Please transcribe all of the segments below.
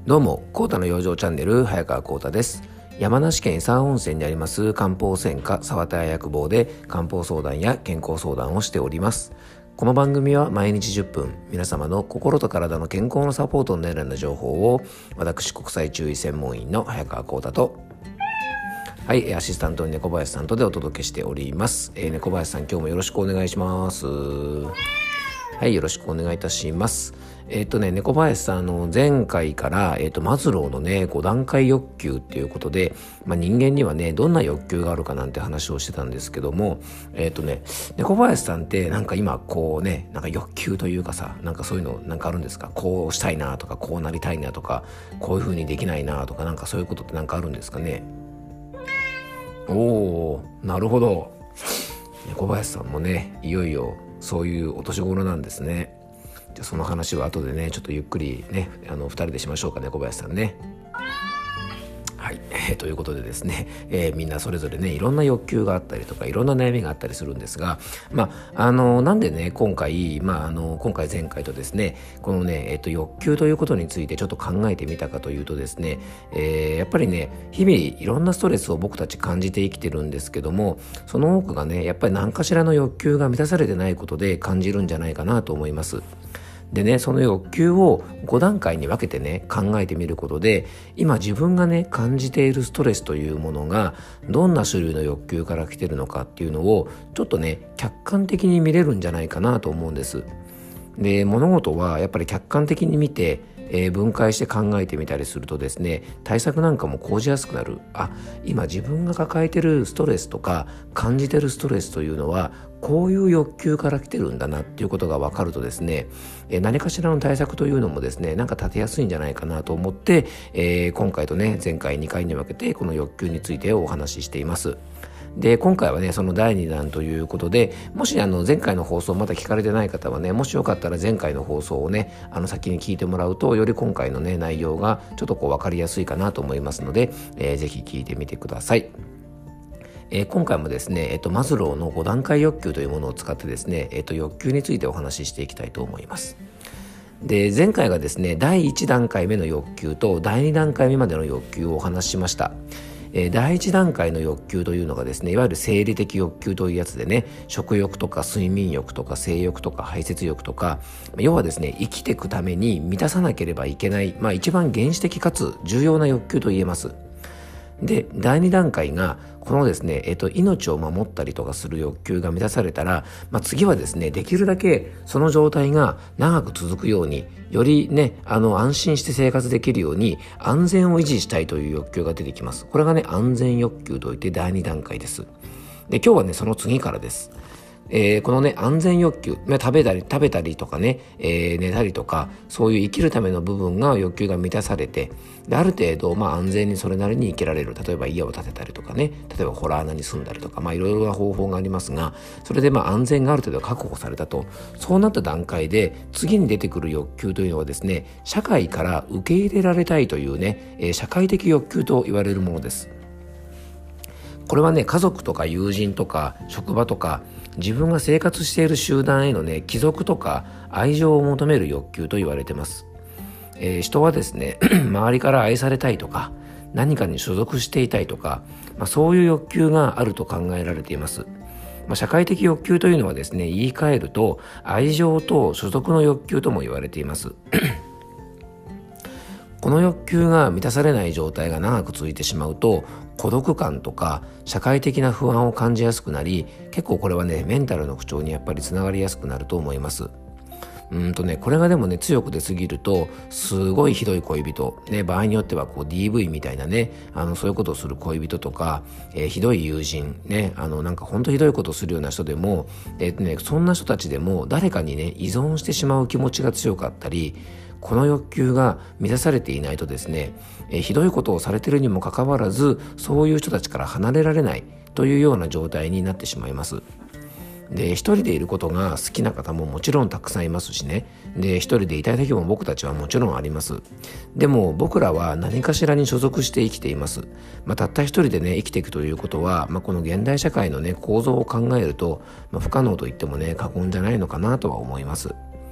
どうも、コータの養生チャンネル、早川コータです。山梨県伊佐温泉にあります漢方専科沢田屋薬房で漢方相談や健康相談をしております。この番組は毎日10分、皆様の心と体の健康のサポートになるような情報を、私国際中医専門医の早川コータとアシスタントの猫林さんとでお届けしております。猫林さん、今日もよろしくお願いします。よろしくお願いいたします。猫林さん、前回から、マズローのね、5段階欲求っていうことで、人間にはね、どんな欲求があるかなんて話をしてたんですけども、猫林さんってなんか今こうね、なんか欲求というかさ、なんかそういうのなんかあるんですか？こうしたいなとか、こうなりたいなとか、こういう風にできないなとか、なんかそういうことってなんかあるんですかね？おー、なるほど。猫林さんもね、いよいよそういうお年頃なんですね。じゃあその話は後でね、ちょっとゆっくりね、2人でしましょうかね、小林さんね。ということでですね、みんなそれぞれね、いろんな欲求があったりとか、いろんな悩みがあったりするんですが、なんでね、今回前回とですね、このね、欲求ということについてちょっと考えてみたかというとですね、やっぱりね、日々いろんなストレスを僕たち感じて生きてるんですけども、その多くがね、やっぱり何かしらの欲求が満たされてないことで感じるんじゃないかなと思います。でね、その欲求を5段階に分けてね、考えてみることで、今自分がね、感じているストレスというものがどんな種類の欲求から来てるのかっていうのをちょっとね、客観的に見れるんじゃないかなと思うんです。で、物事はやっぱり客観的に見て、分解して考えてみたりするとですね、対策なんかも講じやすくなる。今自分が抱えてるストレスとか感じてるストレスというのはこういう欲求から来てるんだなっていうことが分かるとですね、何かしらの対策というのもですね、なんか立てやすいんじゃないかなと思って、今回とね、前回2回に分けてこの欲求についてお話ししています。で、今回はね、その第2弾ということで、もし前回の放送まだ聞かれてない方はね、もしよかったら前回の放送をね、先に聞いてもらうと、より今回のね、内容がちょっと分かりやすいかなと思いますので、ぜひ聞いてみてください。今回もですね、マズローの5段階欲求というものを使ってですね、欲求についてお話ししていきたいと思います。で、前回がですね、第1段階目の欲求と第2段階目までの欲求をお話ししました。第1段階の欲求というのがですね、いわゆる生理的欲求というやつでね、食欲とか睡眠欲とか性欲とか排泄欲とか、要はですね、生きていくために満たさなければいけない、一番原始的かつ重要な欲求と言えます。で、第2段階がこのですね、命を守ったりとかする欲求が満たされたら、次はですね、できるだけその状態が長く続くように、よりね、安心して生活できるように安全を維持したいという欲求が出てきます。これがね、安全欲求といって第2段階です。で、今日はね、その次からです。このね、安全欲求、食べたりとかね、寝たりとか、そういう生きるための部分が欲求が満たされて、で、ある程度安全にそれなりに生きられる。例えば家を建てたりとかね、例えばホラー穴に住んだりとか、いろいろな方法がありますが、それで安全がある程度確保されたと、そうなった段階で次に出てくる欲求というのはですね、社会から受け入れられたいというね、社会的欲求と言われるものです。これはね、家族とか友人とか職場とか自分が生活している集団へのね、帰属とか愛情を求める欲求と言われてます。人はですね、周りから愛されたいとか何かに所属していたいとか、そういう欲求があると考えられています。社会的欲求というのはですね、言い換えると愛情と所属の欲求とも言われています。この欲求が満たされない状態が長く続いてしまうと、孤独感とか社会的な不安を感じやすくなり、結構これはね、メンタルの不調にやっぱりつながりやすくなると思います。これがでもね、強く出すぎるとすごいひどい恋人、ね、場合によってはDV みたいなね、そういうことをする恋人とか、ひどい友人ね、なんか本当ひどいことをするような人でも、そんな人たちでも誰かにね、依存してしまう気持ちが強かったり、この欲求が満たされていないとですね、ひどいことをされているにもかかわらず、そういう人たちから離れられないというような状態になってしまいます。で、一人でいることが好きな方ももちろんたくさんいますしね。で、一人でいたい時も僕たちはもちろんあります。でも僕らは何かしらに所属して生きています。たった一人でね、生きていくということは、この現代社会のね、構造を考えると、不可能と言ってもね、過言じゃないのかなとは思います。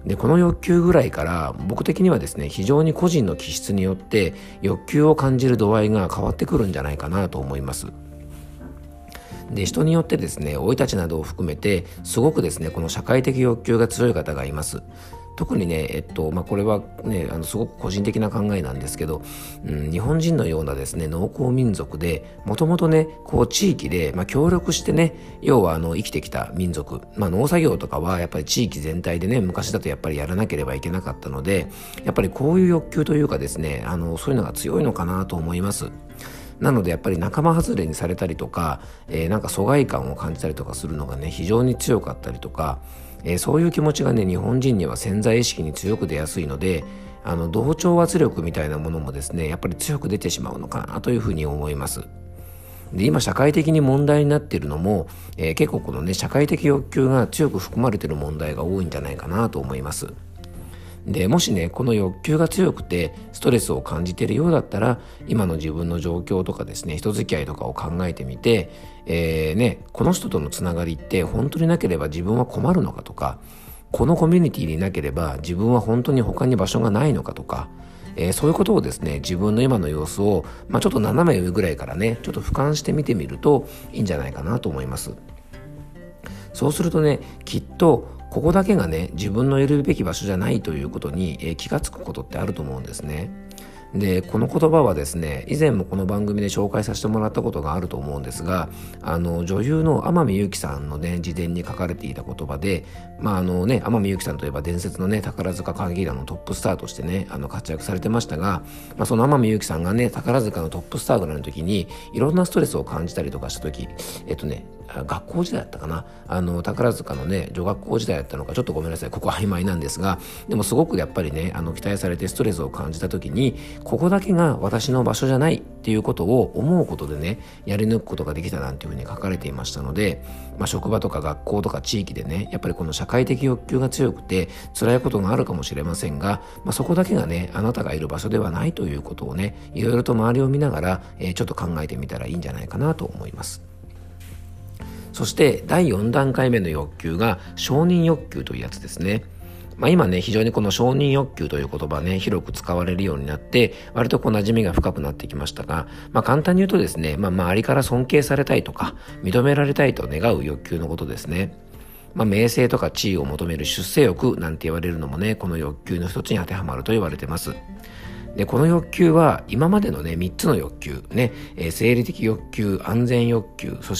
でこの欲求ぐらいから僕的にはですね、非常に個人の気質によって欲求を感じる度合いが変わってくるんじゃないかなと思います。で人によってですね、生い立ちなどを含めてすごくですね、この社会的欲求が強い方がいます。特にね、これはね、すごく個人的な考えなんですけど、日本人のようなですね、農耕民族で、もともとね、こう地域で、協力してね、要は生きてきた民族、農作業とかはやっぱり地域全体でね、昔だとやっぱりやらなければいけなかったので、やっぱりこういう欲求というかですね、そういうのが強いのかなと思います。なのでやっぱり仲間外れにされたりとか、なんか疎外感を感じたりとかするのがね、非常に強かったりとか、そういう気持ちがね、日本人には潜在意識に強く出やすいので、同調圧力みたいなものもですね、やっぱり強く出てしまうのかなというふうに思います。で今社会的に問題になっているのも、結構このね、社会的欲求が強く含まれている問題が多いんじゃないかなと思います。でもしね、この欲求が強くてストレスを感じているようだったら、今の自分の状況とかですね、人付き合いとかを考えてみて、この人とのつながりって本当になければ自分は困るのかとか、このコミュニティになければ自分は本当に他に場所がないのかとか、そういうことをですね、自分の今の様子を、ちょっと斜め上ぐらいからね、ちょっと俯瞰してみてみるといいんじゃないかなと思います。そうするとね、きっとここだけがね、自分のいるべき場所じゃないということに、気がつくことってあると思うんですね。でこの言葉はですね、以前もこの番組で紹介させてもらったことがあると思うんですが、女優の天海祐希さんのね、自伝に書かれていた言葉で、天海祐希さんといえば伝説のね、宝塚歌劇団のトップスターとしてね、活躍されてましたが、その天海祐希さんがね、宝塚のトップスターぐらいの時にいろんなストレスを感じたりとかした時、学校時代だったかな、宝塚のね、女学校時代だったのかちょっとごめんなさい、ここ曖昧なんですが、でもすごくやっぱりね、期待されてストレスを感じた時に、ここだけが私の場所じゃないっていうことを思うことでね、やり抜くことができたなんていうふうに書かれていましたので、職場とか学校とか地域でね、やっぱりこの社会的欲求が強くて辛いことがあるかもしれませんが、そこだけがね、あなたがいる場所ではないということをね、いろいろと周りを見ながら、ちょっと考えてみたらいいんじゃないかなと思います。そして第4段階目の欲求が承認欲求というやつですね。今ね、非常にこの承認欲求という言葉ね、広く使われるようになって割と馴染みが深くなってきましたが、簡単に言うとですね、周りから尊敬されたいとか認められたいと願う欲求のことですね。名声とか地位を求める出世欲なんて言われるのもね、この欲求の一つに当てはまると言われてます。でこの欲求は今までのね、3つの欲求ね、生理的欲求、安全欲求、そして、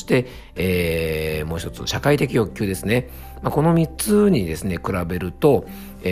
もう一つ社会的欲求ですね。この3つにですね比べると、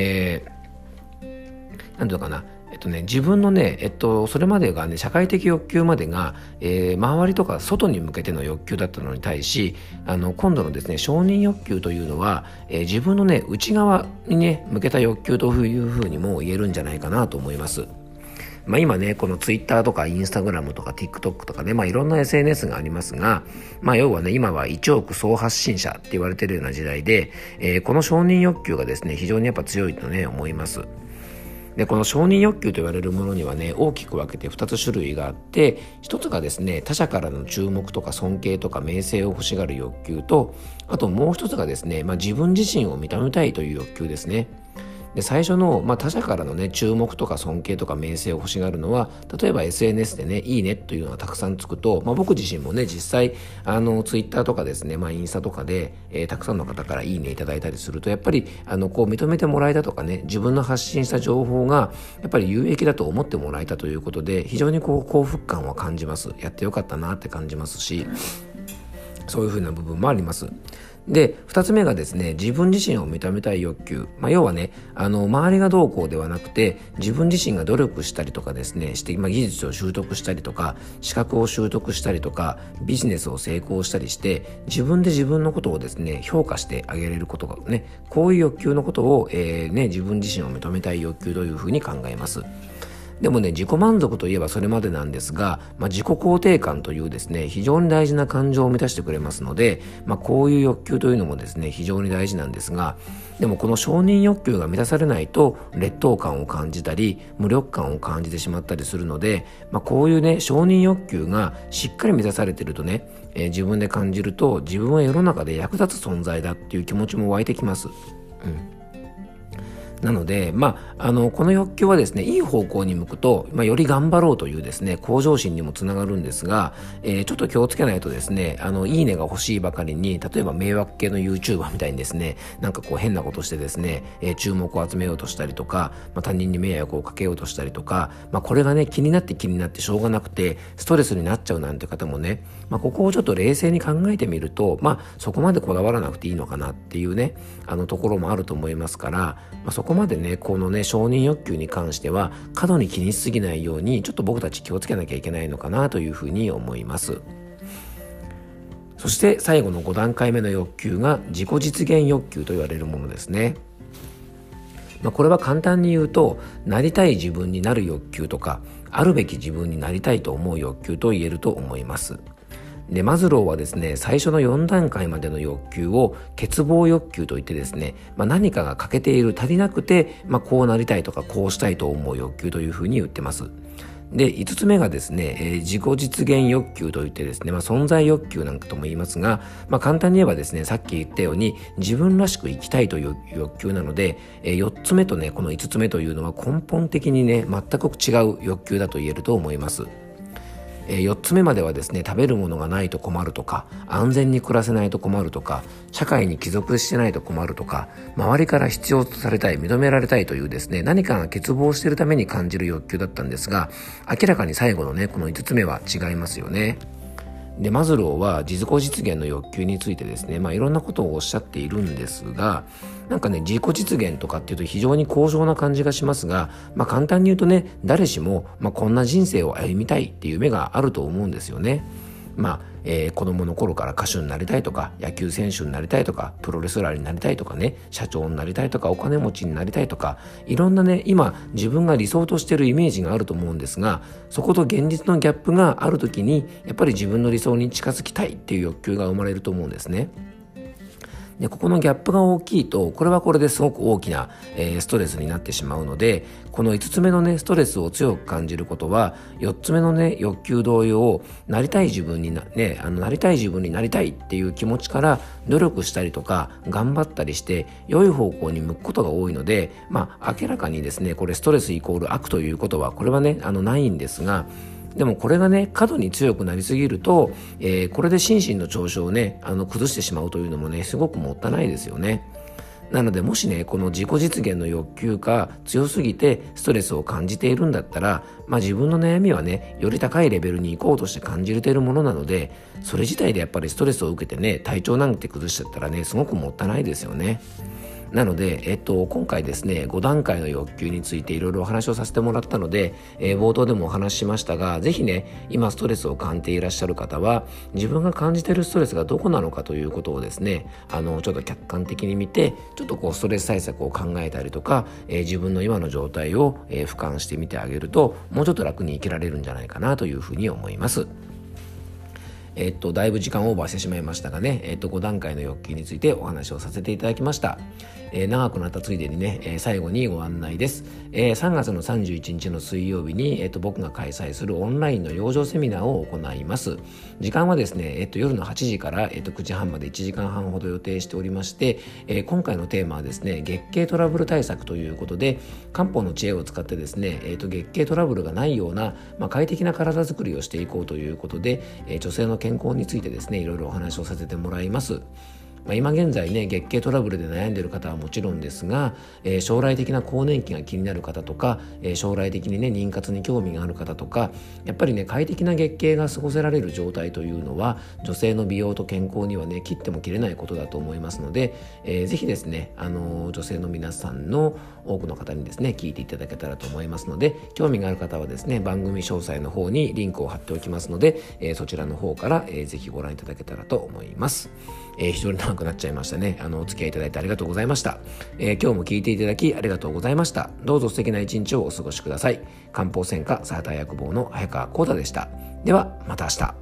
なんていうのかな、自分のね、それまでがね、社会的欲求までが、周りとか外に向けての欲求だったのに対し、今度のですね、承認欲求というのは、自分のね、内側にね、向けた欲求というふうにも言えるんじゃないかなと思います。今ね、このツイッターとかインスタグラムとか TikTok とかね、いろんな SNS がありますが、要はね、今は1億総発信者って言われているような時代で、この承認欲求がですね、非常にやっぱ強いとね、思います。でこの承認欲求と言われるものにはね、大きく分けて2つ種類があって、一つがですね、他者からの注目とか尊敬とか名声を欲しがる欲求と、あともう一つがですね、自分自身を認めたいという欲求ですね。で最初の、他者からのね、注目とか尊敬とか名声を欲しがるのは、例えば SNS でね、いいねというのがたくさんつくと、僕自身もね、実際ツイッターとかですね、インスタとかで、たくさんの方からいいねいただいたりすると、やっぱりこう認めてもらえたとかね、自分の発信した情報がやっぱり有益だと思ってもらえたということで、非常にこう幸福感を感じます。やってよかったなって感じますし、そういうふうな部分もあります。で2つ目がですね、自分自身を認めたい欲求、要はね、周りがどうこうではなくて、自分自身が努力したりとかですねして、技術を習得したりとか、資格を習得したりとか、ビジネスを成功したりして、自分で自分のことをですね評価してあげれることがね、こういう欲求のことを、自分自身を認めたい欲求というふうに考えます。でもね、自己満足といえばそれまでなんですが、自己肯定感というですね、非常に大事な感情を満たしてくれますので、こういう欲求というのもですね、非常に大事なんですが、でもこの承認欲求が満たされないと劣等感を感じたり無力感を感じてしまったりするので、こういうね、承認欲求がしっかり満たされているとね、自分で感じると、自分は世の中で役立つ存在だっていう気持ちも湧いてきます。 なので、この欲求はですね、いい方向に向くと、より頑張ろうというですね、向上心にもつながるんですが、ちょっと気をつけないとですね、いいねが欲しいばかりに、例えば迷惑系の YouTuber みたいにですね、なんかこう変なことしてですね、注目を集めようとしたりとか、他人に迷惑をかけようとしたりとか、これがね、気になってしょうがなくて、ストレスになっちゃうなんて方もね、ここをちょっと冷静に考えてみると、そこまでこだわらなくていいのかなっていうね、ところもあると思いますから、そこまでね、このね、承認欲求に関しては過度に気にしすぎないように、ちょっと僕たち気をつけなきゃいけないのかなというふうに思います。そして最後の5段階目の欲求が自己実現欲求と言われるものですね。これは簡単に言うと、なりたい自分になる欲求とか、あるべき自分になりたいと思う欲求と言えると思います。で、マズローはですね、最初の4段階までの欲求を欠乏欲求といってですね、何かが欠けている、足りなくて、こうなりたいとかこうしたいと思う欲求というふうに言ってます。で、5つ目がですね、自己実現欲求といってですね、存在欲求なんかとも言いますが、簡単に言えばですね、さっき言ったように自分らしく生きたいという欲求なので、4つ目とね、この5つ目というのは根本的にね、全く違う欲求だと言えると思います。4つ目まではですね、食べるものがないと困るとか、安全に暮らせないと困るとか、社会に帰属してないと困るとか、周りから必要とされたい、認められたいというですね、何かが欠乏しているために感じる欲求だったんですが、明らかに最後のね、この5つ目は違いますよね。で、マズローは自己実現の欲求についてですね、いろんなことをおっしゃっているんですが、なんかね、自己実現とかっていうと非常に高尚な感じがしますが、簡単に言うとね、誰しも、こんな人生を歩みたいっていう夢があると思うんですよね。子供の頃から歌手になりたいとか、野球選手になりたいとか、プロレスラーになりたいとかね、社長になりたいとか、お金持ちになりたいとか、いろんなね、今自分が理想としているイメージがあると思うんですが、そこと現実のギャップがあるときに、やっぱり自分の理想に近づきたいっていう欲求が生まれると思うんですね。で、ここのギャップが大きいと、これはこれですごく大きな、ストレスになってしまうので、この5つ目のね、ストレスを強く感じることは、4つ目のね、欲求同様、なりたい自分になりたい自分になりたいっていう気持ちから努力したりとか頑張ったりして良い方向に向くことが多いので、明らかにですね、これストレスイコール悪ということはこれはね、ないんですが、でもこれがね、過度に強くなりすぎると、これで心身の調子をね、崩してしまうというのもね、すごくもったいないですよね。なので、もしね、この自己実現の欲求が強すぎてストレスを感じているんだったら、自分の悩みはね、より高いレベルに行こうとして感じているものなので、それ自体でやっぱりストレスを受けてね、体調なんて崩しちゃったらね、すごくもったいないですよね。なので、今回ですね、5段階の欲求についていろいろお話をさせてもらったので、冒頭でもお話ししましたが、ぜひね、今ストレスを感じていらっしゃる方は、自分が感じているストレスがどこなのかということをですね、ちょっと客観的に見て、ちょっとストレス対策を考えたりとか、自分の今の状態を、俯瞰してみてあげると、もうちょっと楽に生きられるんじゃないかなというふうに思います。だいぶ時間オーバーしてしまいましたがね、5段階の欲求についてお話をさせていただきました。長くなったついでにね、最後にご案内です。3月の31日の水曜日に、僕が開催するオンラインの養生セミナーを行います。時間はですね、夜の8時から、9時半まで1時間半ほど予定しておりまして、今回のテーマはですね、月経トラブル対策ということで、漢方の知恵を使ってですね、月経トラブルがないような、快適な体づくりをしていこうということで、女性の健康についてですね、いろいろお話をさせてもらいます。今現在ね、月経トラブルで悩んでいる方はもちろんですが、将来的な更年期が気になる方とか、将来的にね、妊活に興味がある方とか、やっぱりね、快適な月経が過ごせられる状態というのは、女性の美容と健康にはね、切っても切れないことだと思いますので、ぜひですね、女性の皆さんの多くの方にですね、聞いていただけたらと思いますので、興味がある方はですね、番組詳細の方にリンクを貼っておきますので、そちらの方から、ぜひご覧いただけたらと思います。非常に長くなっちゃいましたね。お付き合いいただいてありがとうございました。今日も聞いていただきありがとうございました。どうぞ素敵な一日をお過ごしください。漢方専科サーター薬房の早川浩太でした。ではまた明日。